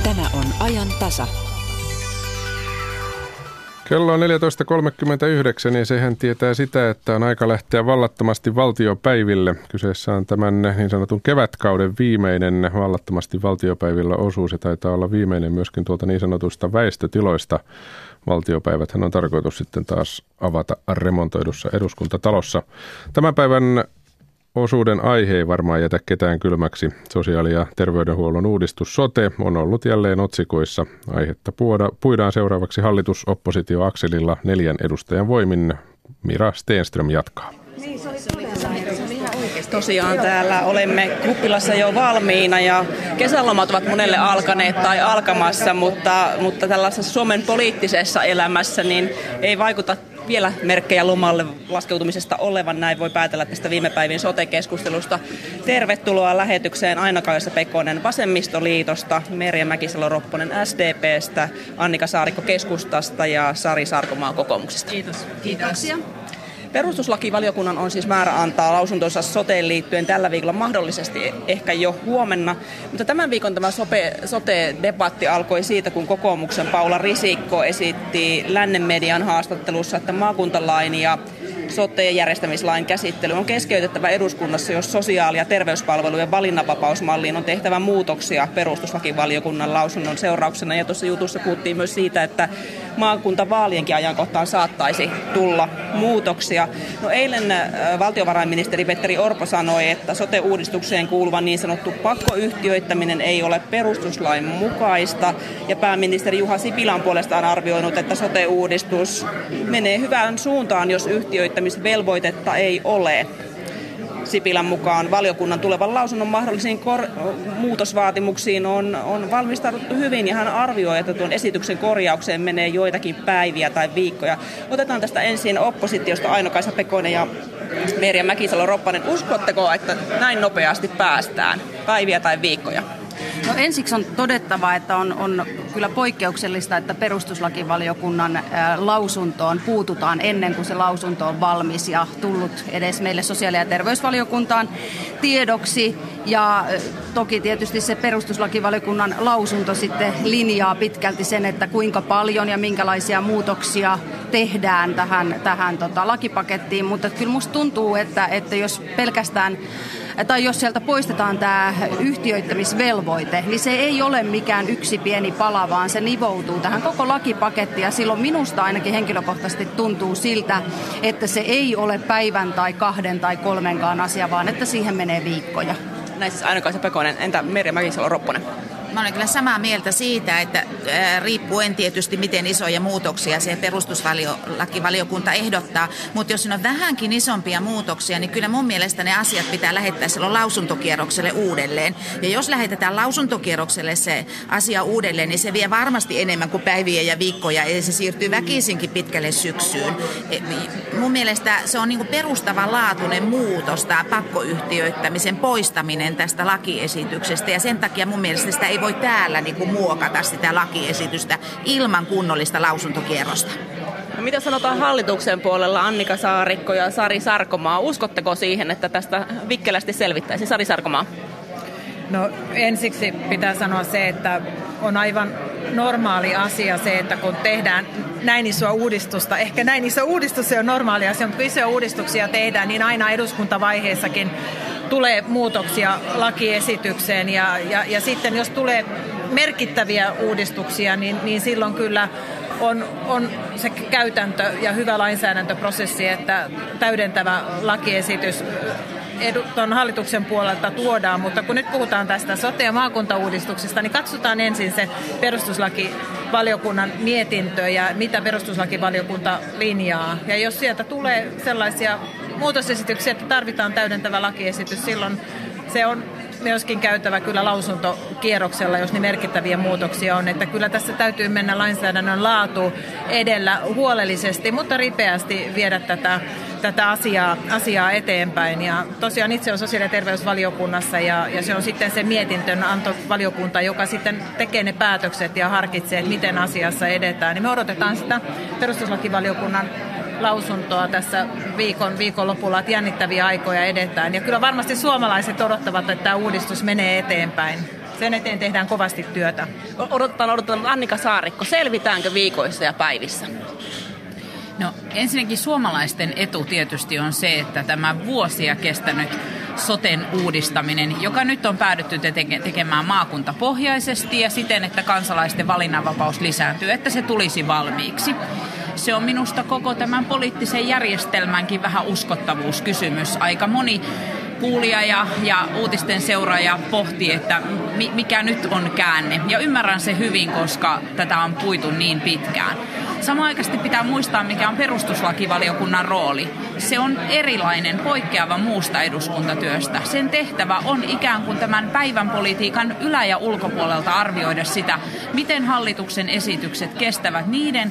Tämä on ajan tasa. Kello on 14.39, niin sehän tietää sitä, että on aika lähteä vallattomasti valtiopäiville. Kyseessä on tämän niin sanotun kevätkauden viimeinen vallattomasti valtiopäivillä osuus ja taitaa olla viimeinen myöskin tuolta niin sanotusta väistötiloista. Valtiopäiväthän on tarkoitus sitten taas avata remontoidussa eduskuntatalossa. Tämän päivän osuuden aihe ei varmaan jätä ketään kylmäksi. Sosiaali- ja terveydenhuollon uudistus sote on ollut jälleen otsikoissa. Aihetta puidaan seuraavaksi hallitus-oppositio-akselilla 4 edustajan voimin. Mira Stenström jatkaa. Tosiaan täällä olemme kuppilassa jo valmiina ja kesälomat ovat monelle alkaneet tai alkamassa, mutta tällaisessa Suomen poliittisessa elämässä niin ei vaikuta vielä merkkejä lomalle laskeutumisesta olevan. Näin voi päätellä tästä viime päivin sote-keskustelusta. Tervetuloa lähetykseen Aino-Kaisa Pekonen Vasemmistoliitosta, Merja Mäkisalo-Ropponen SDP:stä, Annika Saarikko Keskustasta ja Sari Sarkomaa kokoomuksesta. Kiitos. Kiitoksia. Perustuslakivaliokunnan on siis määrä antaa lausuntonsa soteen liittyen tällä viikolla, mahdollisesti ehkä jo huomenna. Mutta tämän viikon tämä sote-debatti alkoi siitä, kun kokoomuksen Paula Risikko esitti Lännen median haastattelussa, että maakuntalain ja sote-järjestämislain käsittely on keskeytettävä eduskunnassa, jos sosiaali- ja terveyspalvelujen valinnanvapausmalliin on tehtävä muutoksia perustuslakivaliokunnan lausunnon seurauksena. Ja tuossa jutussa puhuttiin myös siitä, että maakuntavaalienkin ajankohtaan saattaisi tulla muutoksia. No eilen valtiovarainministeri Petteri Orpo sanoi, että sote-uudistukseen kuuluva niin sanottu pakkoyhtiöittäminen ei ole perustuslain mukaista. Ja pääministeri Juha Sipilä on puolestaan arvioinut, että sote-uudistus menee hyvään suuntaan, jos yhtiöittämisvelvoitetta ei ole. Sipilän mukaan valiokunnan tulevan lausunnon mahdollisiin muutosvaatimuksiin on valmistauduttu hyvin ja hän arvioi, että tuon esityksen korjaukseen menee joitakin päiviä tai viikkoja. Otetaan tästä ensin oppositiosta Aino-Kaisa Pekonen ja Merja Mäkisalo-Ropponen. Uskotteko, että näin nopeasti päästään? Päiviä tai viikkoja? No ensiksi on todettava, että on kyllä poikkeuksellista, että perustuslakivaliokunnan lausuntoon puututaan ennen kuin se lausunto on valmis ja tullut edes meille sosiaali- ja terveysvaliokuntaan tiedoksi. Ja toki tietysti se perustuslakivaliokunnan lausunto sitten linjaa pitkälti sen, että kuinka paljon ja minkälaisia muutoksia tehdään tähän lakipakettiin. Mutta kyllä musta tuntuu, että jos pelkästään tai jos sieltä poistetaan tämä yhtiöittämisvelvoite, niin se ei ole mikään yksi pieni pala, vaan se nivoutuu tähän koko lakipakettiin. Ja silloin minusta ainakin henkilökohtaisesti tuntuu siltä, että se ei ole päivän tai 2 tai 3 asia, vaan että siihen menee viikkoja. Näin siis Aino-Kaisa Pekonen. Entä Merja Mäkisalo-Ropponen? Mä olen kyllä samaa mieltä siitä, että riippuen tietysti miten isoja muutoksia se perustuslakivaliokunta ehdottaa, mutta jos siinä on vähänkin isompia muutoksia, niin kyllä mun mielestä ne asiat pitää lähettää silloin lausuntokierrokselle uudelleen. Ja jos lähetetään lausuntokierrokselle se asia uudelleen, niin se vie varmasti enemmän kuin päiviä ja viikkoja, eli se siirtyy väkisinkin pitkälle syksyyn. Mun mielestä se on niin kuin perustavanlaatuinen muutos, tämä pakkoyhtiöittämisen poistaminen tästä lakiesityksestä, ja sen takia mun mielestä sitä ei voi täällä niin kuin muokata sitä lakiesitystä ilman kunnollista lausuntokierrosta. No, mitä sanotaan hallituksen puolella, Annika Saarikko ja Sari Sarkomaa? Uskotteko siihen, että tästä vikkelästi selvittäisi? Sari Sarkomaa. No ensiksi pitää sanoa se, että on aivan normaali asia se, että kun tehdään näin isoa uudistusta, ehkä näin iso uudistus se on normaali asia, mutta kun isoja uudistuksia tehdään, niin aina eduskuntavaiheessakin tulee muutoksia lakiesitykseen ja sitten jos tulee merkittäviä uudistuksia, niin silloin kyllä on se käytäntö ja hyvä lainsäädäntöprosessi, että täydentävä lakiesitys tuon hallituksen puolelta tuodaan, mutta kun nyt puhutaan tästä sote- ja maakuntauudistuksesta, niin katsotaan ensin se perustuslakivaliokunnan mietintö ja mitä perustuslakivaliokunta linjaa. Ja jos sieltä tulee sellaisia muutosesityksiä, että tarvitaan täydentävä lakiesitys, silloin se on myöskin käytävä kyllä lausuntokierroksella, jos ne merkittäviä muutoksia on. Että kyllä tässä täytyy mennä lainsäädännön laatu edellä huolellisesti, mutta ripeästi viedä tätä asiaa eteenpäin. Ja tosiaan itse on sosiaali- ja terveysvaliokunnassa ja se on sitten se mietintön antovaliokunta, joka sitten tekee ne päätökset ja harkitsee, että miten asiassa edetään. Niin me odotetaan sitä perustuslakivaliokunnan lausuntoa tässä viikonlopulla, että jännittäviä aikoja edetään. Ja kyllä varmasti suomalaiset odottavat, että tämä uudistus menee eteenpäin. sen eteen tehdään kovasti työtä. Odotetaan. Annika Saarikko, selvitäänkö viikoissa ja päivissä? No ensinnäkin suomalaisten etu tietysti on se, että tämä vuosia kestänyt soten uudistaminen, joka nyt on päädytty tekemään maakuntapohjaisesti ja siten, että kansalaisten valinnanvapaus lisääntyy, että se tulisi valmiiksi. Se on minusta koko tämän poliittisen järjestelmänkin vähän uskottavuuskysymys. Aika moni kuulija ja uutisten seuraaja pohti, että mikä nyt on käänne. Ja ymmärrän se hyvin, koska tätä on puitu niin pitkään. Samanaikaisesti pitää muistaa, mikä on perustuslakivaliokunnan rooli. Se on erilainen, poikkeava muusta eduskuntatyöstä. Sen tehtävä on ikään kuin tämän päivän politiikan ylä- ja ulkopuolelta arvioida sitä, miten hallituksen esitykset kestävät niiden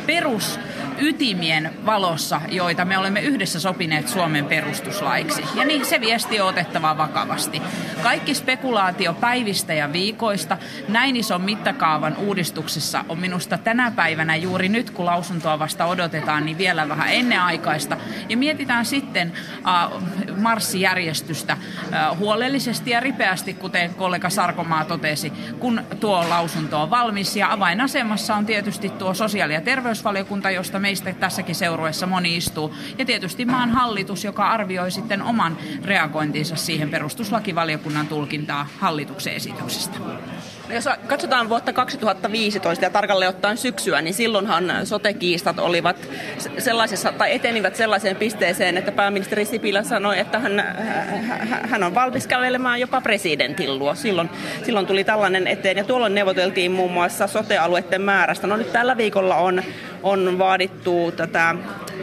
perusytimien valossa, joita me olemme yhdessä sopineet Suomen perustuslaiksi. Ja niin se viesti on otettava vakavasti. Kaikki spekulaatio päivistä ja viikoista näin ison mittakaavan uudistuksessa on minusta tänä päivänä juuri nyt, kun lausuntoa vasta odotetaan, niin vielä vähän ennenaikaista. Ja mietitään sitten marssijärjestystä huolellisesti ja ripeästi, kuten kollega Sarkomaa totesi, kun tuo lausunto on valmis. Ja avainasemassa on tietysti tuo sosiaali- ja terveysvaliokunta, josta meistä tässäkin seurueessa moni istuu. Ja tietysti maan hallitus, joka arvioi sitten oman reagointinsa siihen perustuslakivaliokunnan tulkintaa hallituksen esityksestä. Jos katsotaan vuotta 2015 ja tarkalleen ottaen syksyä, niin silloinhan sote-kiistat olivat sellaisessa, tai etenivät sellaiseen pisteeseen, että pääministeri Sipilä sanoi, että hän on valmis kävelemään jopa presidentin luo. Silloin tuli tällainen eteen, ja tuolloin neuvoteltiin muun muassa sote-alueiden määrästä. No nyt tällä viikolla on vaadittu tätä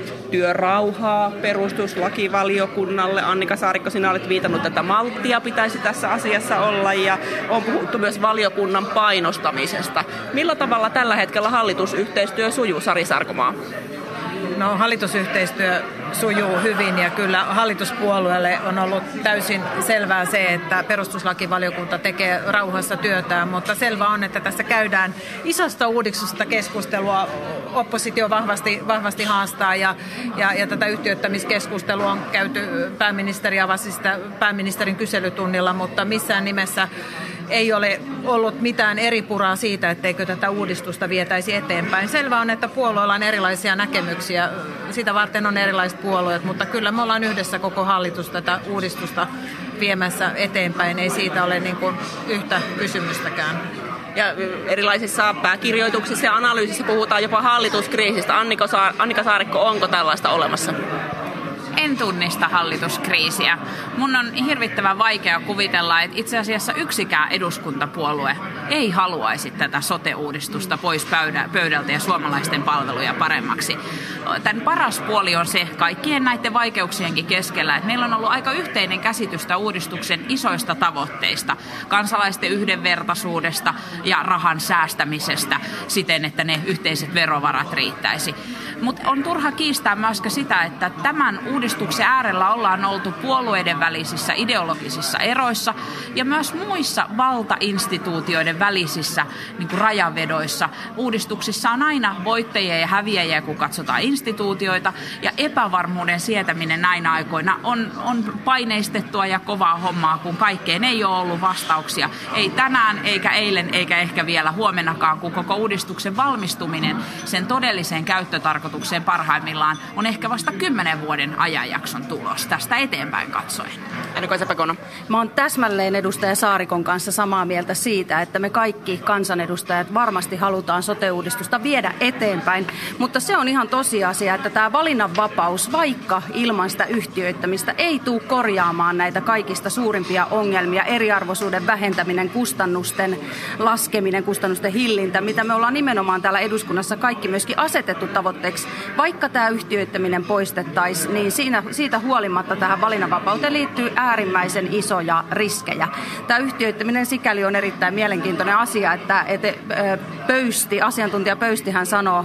työrauhaa perustuslakivaliokunnalle. Annika Saarikko, sinä olet viitannut, että malttia pitäisi tässä asiassa olla, ja on puhuttu myös valiokunnan painostamisesta. Millä tavalla tällä hetkellä hallitusyhteistyö sujuu, Sari Sarkomaa? No, hallitusyhteistyö sujuu hyvin, ja kyllä hallituspuolueelle on ollut täysin selvää se, että perustuslakivaliokunta tekee rauhassa työtään, mutta selvä on, että tässä käydään isosta uudistusta keskustelua. Oppositio vahvasti haastaa ja tätä yhtiöittämiskeskustelua on käyty, pääministeri avasi sitä pääministerin kyselytunnilla, mutta missään nimessä ei ole ollut mitään eripuraa siitä, etteikö tätä uudistusta vietäisi eteenpäin. Selvä on, että puolueilla on erilaisia näkemyksiä. Sitä varten on erilaiset puolueet, mutta kyllä me ollaan yhdessä koko hallitus tätä uudistusta viemässä eteenpäin. Ei siitä ole niin kuin yhtä kysymystäkään. Ja erilaisissa pääkirjoituksissa ja analyysissä puhutaan jopa hallituskriisistä. Annika Saarikko, onko tällaista olemassa? En tunnista hallituskriisiä. Mun on hirvittävän vaikea kuvitella, että itse asiassa yksikään eduskuntapuolue ei haluaisi tätä sote-uudistusta pois pöydältä ja suomalaisten palveluja paremmaksi. Tämän paras puoli on se kaikkien näiden vaikeuksienkin keskellä, että meillä on ollut aika yhteinen käsitystä uudistuksen isoista tavoitteista, kansalaisten yhdenvertaisuudesta ja rahan säästämisestä siten, että ne yhteiset verovarat riittäisi. Mutta on turha kiistää myöskään sitä, että tämän uudistuksen äärellä ollaan oltu puolueiden välisissä ideologisissa eroissa ja myös muissa valtainstituutioiden välisissä niin kuin rajavedoissa. Uudistuksissa on aina voittajia ja häviäjiä, kun katsotaan instituutioita, ja epävarmuuden sietäminen näinä aikoina on paineistettua ja kovaa hommaa, kun kaikkeen ei ole ollut vastauksia. Ei tänään, eikä eilen, eikä ehkä vielä huomennakaan, kun koko uudistuksen valmistuminen sen todelliseen käyttötarkoitukseen parhaimmillaan on ehkä vasta 10 vuoden ajanjakson tulos tästä eteenpäin katsoen. Mä oon täsmälleen edustaja Saarikon kanssa samaa mieltä siitä, että me kaikki kansanedustajat varmasti halutaan sote-uudistusta viedä eteenpäin, mutta se on ihan tosiasia, että tämä valinnanvapaus, vaikka ilman sitä yhtiöittämistä, ei tule korjaamaan näitä kaikista suurimpia ongelmia, eriarvoisuuden vähentäminen, kustannusten laskeminen, kustannusten hillintä, mitä me ollaan nimenomaan täällä eduskunnassa kaikki myöskin asetettu tavoitteeksi. Vaikka tämä yhtiöittäminen poistettaisiin, niin siitä huolimatta tähän valinnanvapauteen liittyy äärimmäisen isoja riskejä. Tämä yhtiöittäminen sikäli on erittäin mielenkiintoinen asia, että asiantuntija Pöystihän sanoo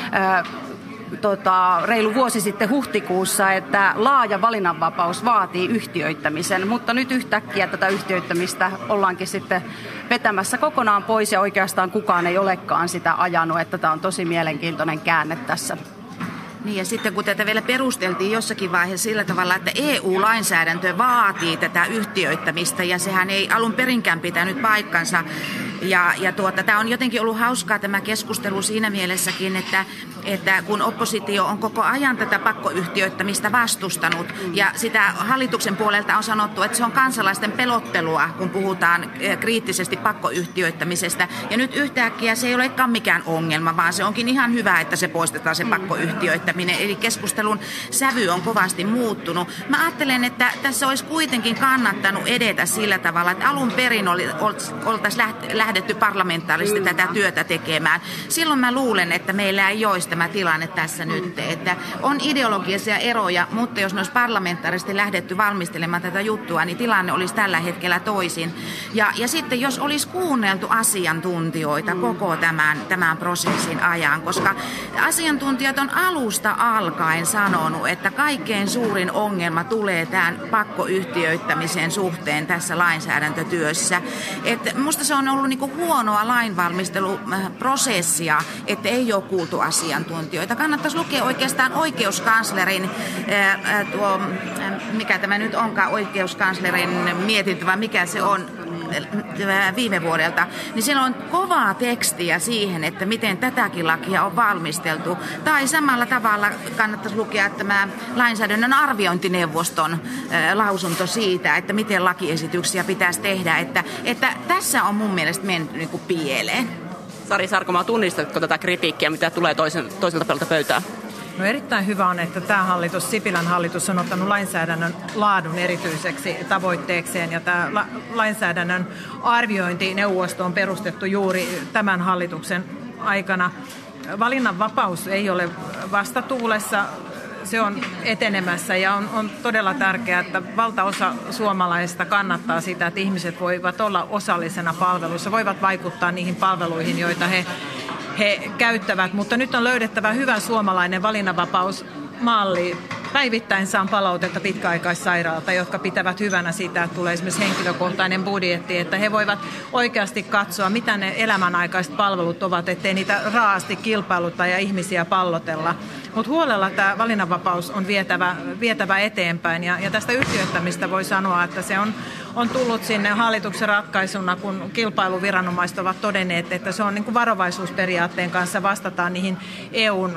reilu vuosi sitten huhtikuussa, että laaja valinnanvapaus vaatii yhtiöittämisen, mutta nyt yhtäkkiä tätä yhtiöittämistä ollaankin sitten vetämässä kokonaan pois ja oikeastaan kukaan ei olekaan sitä ajanut, että tämä on tosi mielenkiintoinen käänne tässä. Niin ja sitten kun tätä vielä perusteltiin jossakin vaiheessa sillä tavalla, että EU-lainsäädäntö vaatii tätä yhtiöittämistä ja sehän ei alun perinkään pitänyt paikkansa. Tämä on jotenkin ollut hauskaa tämä keskustelu siinä mielessäkin, että kun oppositio on koko ajan tätä pakkoyhtiöittämistä vastustanut ja sitä hallituksen puolelta on sanottu, että se on kansalaisten pelottelua, kun puhutaan kriittisesti pakkoyhtiöittämisestä. Ja nyt yhtäkkiä se ei olekaan mikään ongelma, vaan se onkin ihan hyvä, että se poistetaan se pakkoyhtiöittäminen. Eli keskustelun sävy on kovasti muuttunut. Mä ajattelen, että tässä olisi kuitenkin kannattanut edetä sillä tavalla, että alun perin oltaisiin lähdetty parlamentaarisesti tätä työtä tekemään. Silloin mä luulen, että meillä ei olisi tämä tilanne tässä nyt, että on ideologisia eroja, mutta jos ne olisi parlamentaarisesti lähdetty valmistelemaan tätä juttua, niin tilanne olisi tällä hetkellä toisin. Ja sitten jos olisi kuunneltu asiantuntijoita koko tämän prosessin ajan, koska asiantuntijat on alusta alkaen sanonut, että kaikkein suurin ongelma tulee tämän pakkoyhtiöittämisen suhteen tässä lainsäädäntötyössä. Että musta se on ollut niinku huonoa lainvalmisteluprosessia, että ei ole kuultu asiantuntijoita. Kannattaisi lukea oikeastaan oikeuskanslerin, mikä tämä nyt onkaan, oikeuskanslerin mietintö, vai mikä se on, viime vuodelta, niin siellä on kovaa tekstiä siihen, että miten tätäkin lakia on valmisteltu. Tai samalla tavalla kannattaisi lukea tämä lainsäädännön arviointineuvoston lausunto siitä, että miten lakiesityksiä pitäisi tehdä. Että tässä on mun mielestä mennyt niin kuin pieleen. Sari Sarkomaa, tunnistatko tätä kritiikkiä, mitä tulee toiselta puolelta pöytää? No erittäin hyvä on, että tämä hallitus, Sipilän hallitus, on ottanut lainsäädännön laadun erityiseksi tavoitteekseen. Ja tämä lainsäädännön arviointineuvosto on perustettu juuri tämän hallituksen aikana. Valinnanvapaus ei ole vastatuulessa, se on etenemässä ja on todella tärkeää, että valtaosa suomalaisista kannattaa sitä, että ihmiset voivat olla osallisena palveluissa, voivat vaikuttaa niihin palveluihin, joita he käyttävät, mutta nyt on löydettävä hyvä suomalainen valinnanvapausmalli. Päivittäin saan palautetta pitkäaikaissairaalta, jotka pitävät hyvänä sitä, että tulee esimerkiksi henkilökohtainen budjetti, että he voivat oikeasti katsoa, mitä ne elämänaikaiset palvelut ovat, ettei niitä raasti kilpailuta ja ihmisiä pallotella. Mutta huolella tämä valinnanvapaus on vietävä eteenpäin ja tästä yhtiöittämistä voi sanoa, että se on tullut sinne hallituksen ratkaisuna, kun kilpailuviranomaiset ovat todenneet, että se on niin kuin varovaisuusperiaatteen kanssa vastataan niihin EUn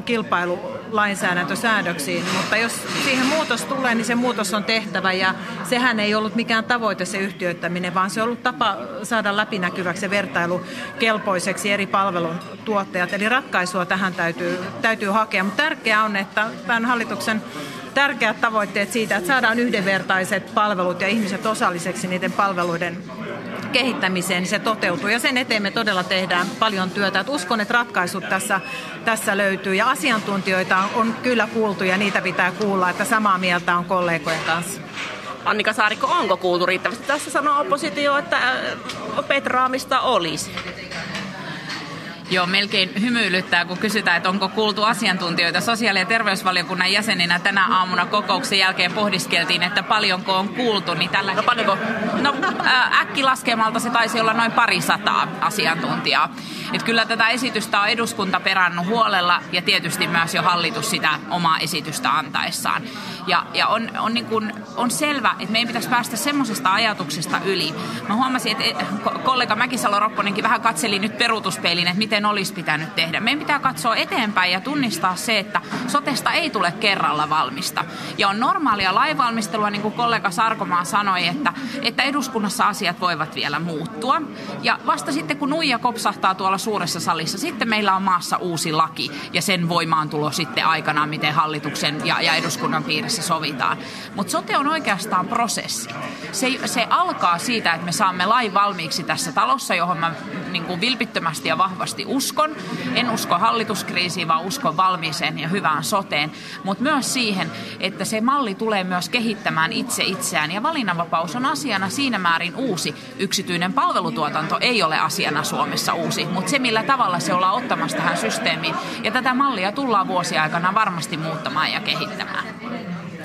kilpailulainsäädäntösäädöksiin. Mutta jos siihen muutos tulee, niin se muutos on tehtävä ja sehän ei ollut mikään tavoite se yhtiöittäminen, vaan se on ollut tapa saada läpinäkyväksi ja vertailukelpoiseksi eri palveluntuottajat. Eli ratkaisua tähän täytyy hakea. Mutta tärkeää on, että tämän hallituksen tärkeät tavoitteet siitä, että saadaan yhdenvertaiset palvelut ja ihmiset osalliseksi niiden palveluiden kehittämiseen, niin se toteutuu. Ja sen eteen me todella tehdään paljon työtä. Et uskon, että ratkaisut tässä löytyy. Ja asiantuntijoita on kyllä kuultu ja niitä pitää kuulla, että samaa mieltä on kollegojen kanssa. Annika Saarikko, onko kuultu riittävästi? Tässä sanoo oppositio, että petraamista olisi. Joo, melkein hymyilyttää, kun kysytään, että onko kuultu asiantuntijoita. Sosiaali- ja terveysvaliokunnan jäseninä tänä aamuna kokouksen jälkeen pohdiskeltiin, että paljonko on kuultu. Niin tällä paljonko? Äkkilaskemalta se taisi olla noin 200 asiantuntijaa. Et kyllä tätä esitystä on eduskunta perannut huolella ja tietysti myös jo hallitus sitä omaa esitystä antaessaan. Ja on selvä, että meidän pitäisi päästä semmoisesta ajatuksesta yli. Mä huomasin, että kollega Mäkisalo-Ropponenkin vähän katseli nyt peruutuspeilin, että miten olisi pitänyt tehdä. Meidän pitää katsoa eteenpäin ja tunnistaa se, että sotesta ei tule kerralla valmista. Ja on normaalia lainvalmistelua, niin kuin kollega Sarkomaa sanoi, että eduskunnassa asiat voivat vielä muuttua. Ja vasta sitten, kun nuija kopsahtaa tuolla suuressa salissa, sitten meillä on maassa uusi laki ja sen voimaantulo sitten aikanaan, miten hallituksen ja eduskunnan piirissä sovitaan. Mutta sote on oikeastaan prosessi. Se alkaa siitä, että me saamme lain valmiiksi tässä talossa, johon mä niin kuin vilpittömästi ja vahvasti uskon. En usko hallituskriisiin, vaan uskon valmiiseen ja hyvään soteen. Mutta myös siihen, että se malli tulee myös kehittämään itse itseään. Ja valinnanvapaus on asiana siinä määrin uusi. Yksityinen palvelutuotanto ei ole asiana Suomessa uusi, mutta se millä tavalla se ollaan ottamassa tähän systeemiin. Ja tätä mallia tullaan vuosien aikana varmasti muuttamaan ja kehittämään.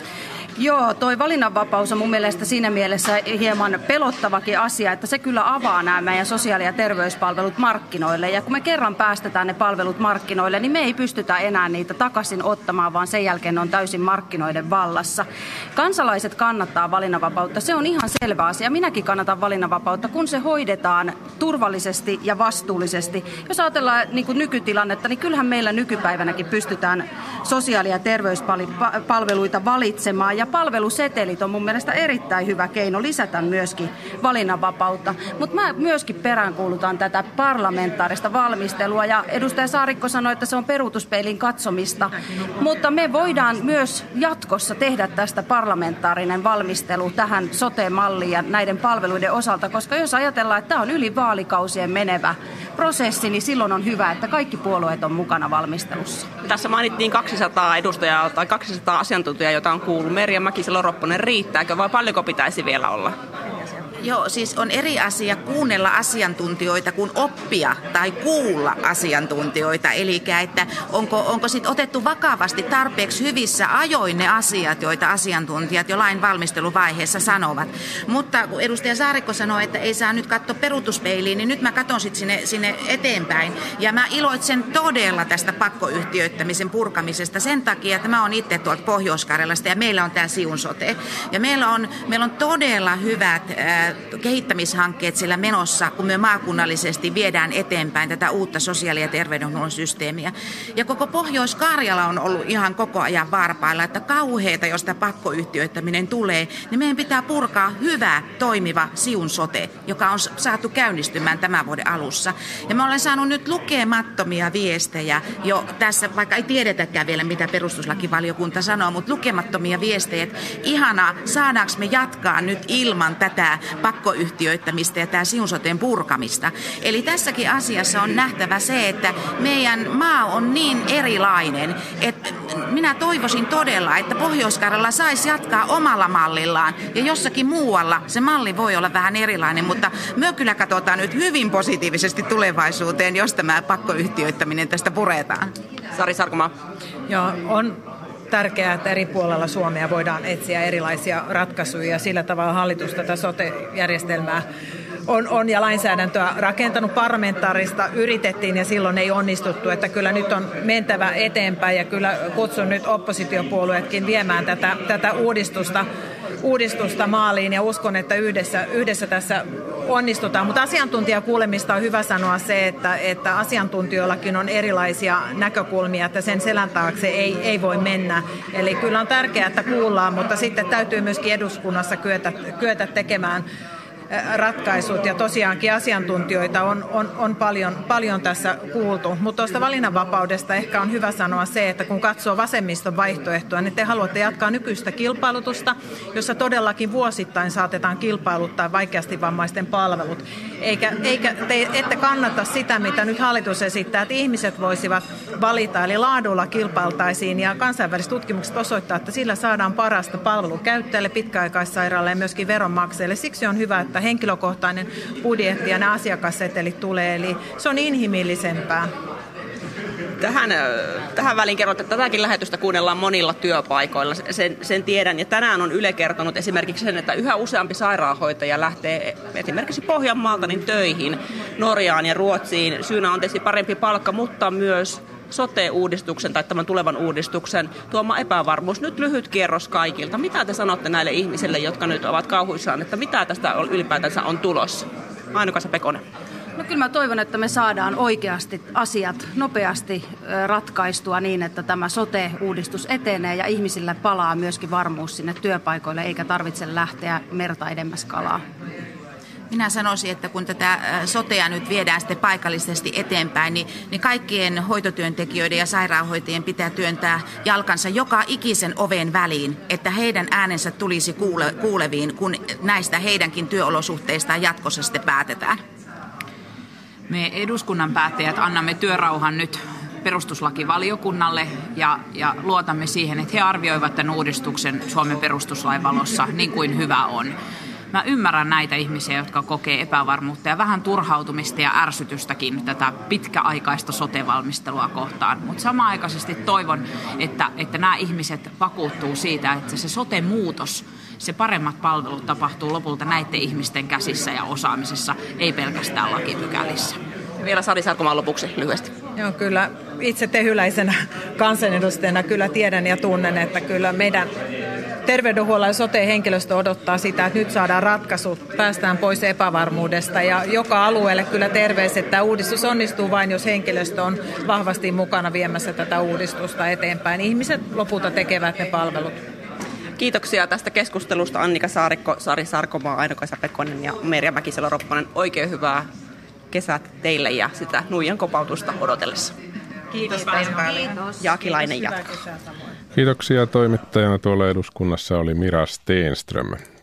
Joo, toi valinnanvapaus on mun mielestä siinä mielessä hieman pelottavakin asia, että se kyllä avaa nämä meidän sosiaali- ja terveyspalvelut markkinoille. Ja kun me kerran päästetään ne palvelut markkinoille, niin me ei pystytä enää niitä takaisin ottamaan, vaan sen jälkeen ne on täysin markkinoiden vallassa. Kansalaiset kannattaa valinnanvapautta, se on ihan selvä asia. Minäkin kannatan valinnanvapautta, kun se hoidetaan turvallisesti ja vastuullisesti. Jos ajatellaan niin kuin nykytilannetta, niin kyllähän meillä nykypäivänäkin pystytään sosiaali- ja terveyspalveluita valitsemaan. Ja palvelusetelit on mun mielestä erittäin hyvä keino lisätä myöskin valinnanvapautta. Mutta mä myöskin peräänkuulutan tätä parlamentaarista valmistelua. Ja edustaja Saarikko sanoi, että se on peruutuspeilin katsomista. Mutta me voidaan myös jatkossa tehdä tästä parlamentaarinen valmistelu tähän sote-malliin ja näiden palveluiden osalta. Koska jos ajatellaan, että tämä on yli vaalikausien menevä prosessi, niin silloin on hyvä, että kaikki puolueet on mukana valmistelussa. Tässä mainittiin 200 edustajaa tai 200 asiantuntijaa, joita on kuullut. Merja Mäkisalo-Ropponen, riittääkö vai paljonko pitäisi vielä olla? Joo, siis on eri asia kuunnella asiantuntijoita kuin oppia tai kuulla asiantuntijoita. Eli että onko sitten otettu vakavasti tarpeeksi hyvissä ajoin ne asiat, joita asiantuntijat jo lain valmisteluvaiheessa sanovat. Mutta kun edustaja Saarikko sanoi, että ei saa nyt katsoa peruutuspeiliin, niin nyt mä katson sitten sinne eteenpäin. Ja mä iloitsen todella tästä pakkoyhtiöittämisen purkamisesta sen takia, että mä oon itse tuolta Pohjois-Karjalasta ja meillä on tää Siun sote. Ja meillä on todella hyvät kehittämishankkeet sillä menossa, kun me maakunnallisesti viedään eteenpäin tätä uutta sosiaali- ja terveydenhuollon systeemiä. Ja koko Pohjois-Karjala on ollut ihan koko ajan varpailla, että kauheita, jos tämä pakkoyhtiöittäminen tulee, niin meidän pitää purkaa hyvä, toimiva Siun sote, joka on saatu käynnistymään tämän vuoden alussa. Ja mä olen saanut nyt lukemattomia viestejä jo tässä, vaikka ei tiedetäkään vielä, mitä perustuslakivaliokunta sanoo, mutta lukemattomia viestejä, että ihanaa, saadaanko me jatkaa nyt ilman tätä pakkoyhtiöittämistä ja tämä Siun soten purkamista. Eli tässäkin asiassa on nähtävä se, että meidän maa on niin erilainen, että minä toivoisin todella, että Pohjois-Karjala saisi jatkaa omalla mallillaan ja jossakin muualla se malli voi olla vähän erilainen, mutta me kyllä katsotaan nyt hyvin positiivisesti tulevaisuuteen, jos tämä pakkoyhtiöittäminen tästä puretaan. Sari Sarkomaa. Joo, on tärkeää, että eri puolella Suomea voidaan etsiä erilaisia ratkaisuja ja sillä tavalla hallitus tätä sote-järjestelmää on ja lainsäädäntöä rakentanut. Parlamentaarista yritettiin ja silloin ei onnistuttu, että kyllä nyt on mentävä eteenpäin ja kyllä kutsun nyt oppositiopuolueetkin viemään tätä uudistusta maaliin ja uskon, että yhdessä tässä onnistutaan. Mutta asiantuntijakuulemista on hyvä sanoa se, että asiantuntijoillakin on erilaisia näkökulmia, että sen selän taakse ei voi mennä. Eli kyllä on tärkeää, että kuullaan, mutta sitten täytyy myöskin eduskunnassa kyetä tekemään ratkaisut ja tosiaankin asiantuntijoita on paljon tässä kuultu. Mutta tuosta valinnanvapaudesta ehkä on hyvä sanoa se, että kun katsoo vasemmiston vaihtoehtoa, niin te haluatte jatkaa nykyistä kilpailutusta, jossa todellakin vuosittain saatetaan kilpailuttaa vaikeasti vammaisten palvelut. Eikä te ette kannata sitä, mitä nyt hallitus esittää, että ihmiset voisivat valita, eli laadulla kilpailtaisiin ja kansainväliset tutkimukset osoittaa, että sillä saadaan parasta palvelukäyttäjälle, pitkäaikaissairaalle ja myöskin veronmaksajille. Siksi on hyvä, että henkilökohtainen budjetti ja nämä asiakassetelit tulee, eli se on inhimillisempää. Tähän väliin kerron, että tätäkin lähetystä kuunnellaan monilla työpaikoilla, sen tiedän. Ja tänään on Yle kertonut esimerkiksi sen, että yhä useampi sairaanhoitaja lähtee esimerkiksi Pohjanmaalta niin töihin Norjaan ja Ruotsiin. Syynä on tietysti parempi palkka, mutta myös sote-uudistuksen tai tämän tulevan uudistuksen tuoma epävarmuus. Nyt lyhyt kierros kaikilta. Mitä te sanotte näille ihmisille, jotka nyt ovat kauhuissaan, että mitä tästä ylipäätänsä on tulossa? Aino-Kaisa Pekonen. No kyllä mä toivon, että me saadaan oikeasti asiat nopeasti ratkaistua niin, että tämä sote-uudistus etenee ja ihmisille palaa myöskin varmuus sinne työpaikoille, eikä tarvitse lähteä merta edemmäs kalaa. Minä sanoisin, että kun tätä sotea nyt viedään sitten paikallisesti eteenpäin, niin kaikkien hoitotyöntekijöiden ja sairaanhoitajien pitää työntää jalkansa joka ikisen oven väliin, että heidän äänensä tulisi kuuleviin, kun näistä heidänkin työolosuhteistaan jatkossa sitten päätetään. Me eduskunnan päättäjät annamme työrauhan nyt perustuslakivaliokunnalle ja luotamme siihen, että he arvioivat tämän uudistuksen Suomen perustuslain valossa niin kuin hyvä on. Mä ymmärrän näitä ihmisiä, jotka kokee epävarmuutta ja vähän turhautumista ja ärsytystäkin tätä pitkäaikaista sote-valmistelua kohtaan. Mutta samanaikaisesti toivon, että nämä ihmiset vakuuttuu siitä, että se sote-muutos, se paremmat palvelut tapahtuu lopulta näiden ihmisten käsissä ja osaamisessa, ei pelkästään lakipykälissä. Vielä Sari Sarkomaa lopuksi lyhyesti. Joo, kyllä itse tehyläisenä kansanedustajana kyllä tiedän ja tunnen, että kyllä meidän terveydenhuollon ja sote-henkilöstö odottaa sitä, että nyt saadaan ratkaisut, päästään pois epävarmuudesta ja joka alueelle kyllä terveys, että tämä uudistus onnistuu vain, jos henkilöstö on vahvasti mukana viemässä tätä uudistusta eteenpäin. Ihmiset lopulta tekevät ne palvelut. Kiitoksia tästä keskustelusta Annika Saarikko, Sari Sarkomaa, Aino-Kaisa Pekonen ja Merja Mäkisalo-Ropponen. Oikein hyvää kesät teille ja sitä nuijan kopautusta odotellessa. Kiitos paljon. Jaakilainen jatkaa. Kiitoksia. Toimittajana tuolla eduskunnassa oli Mira Stenström.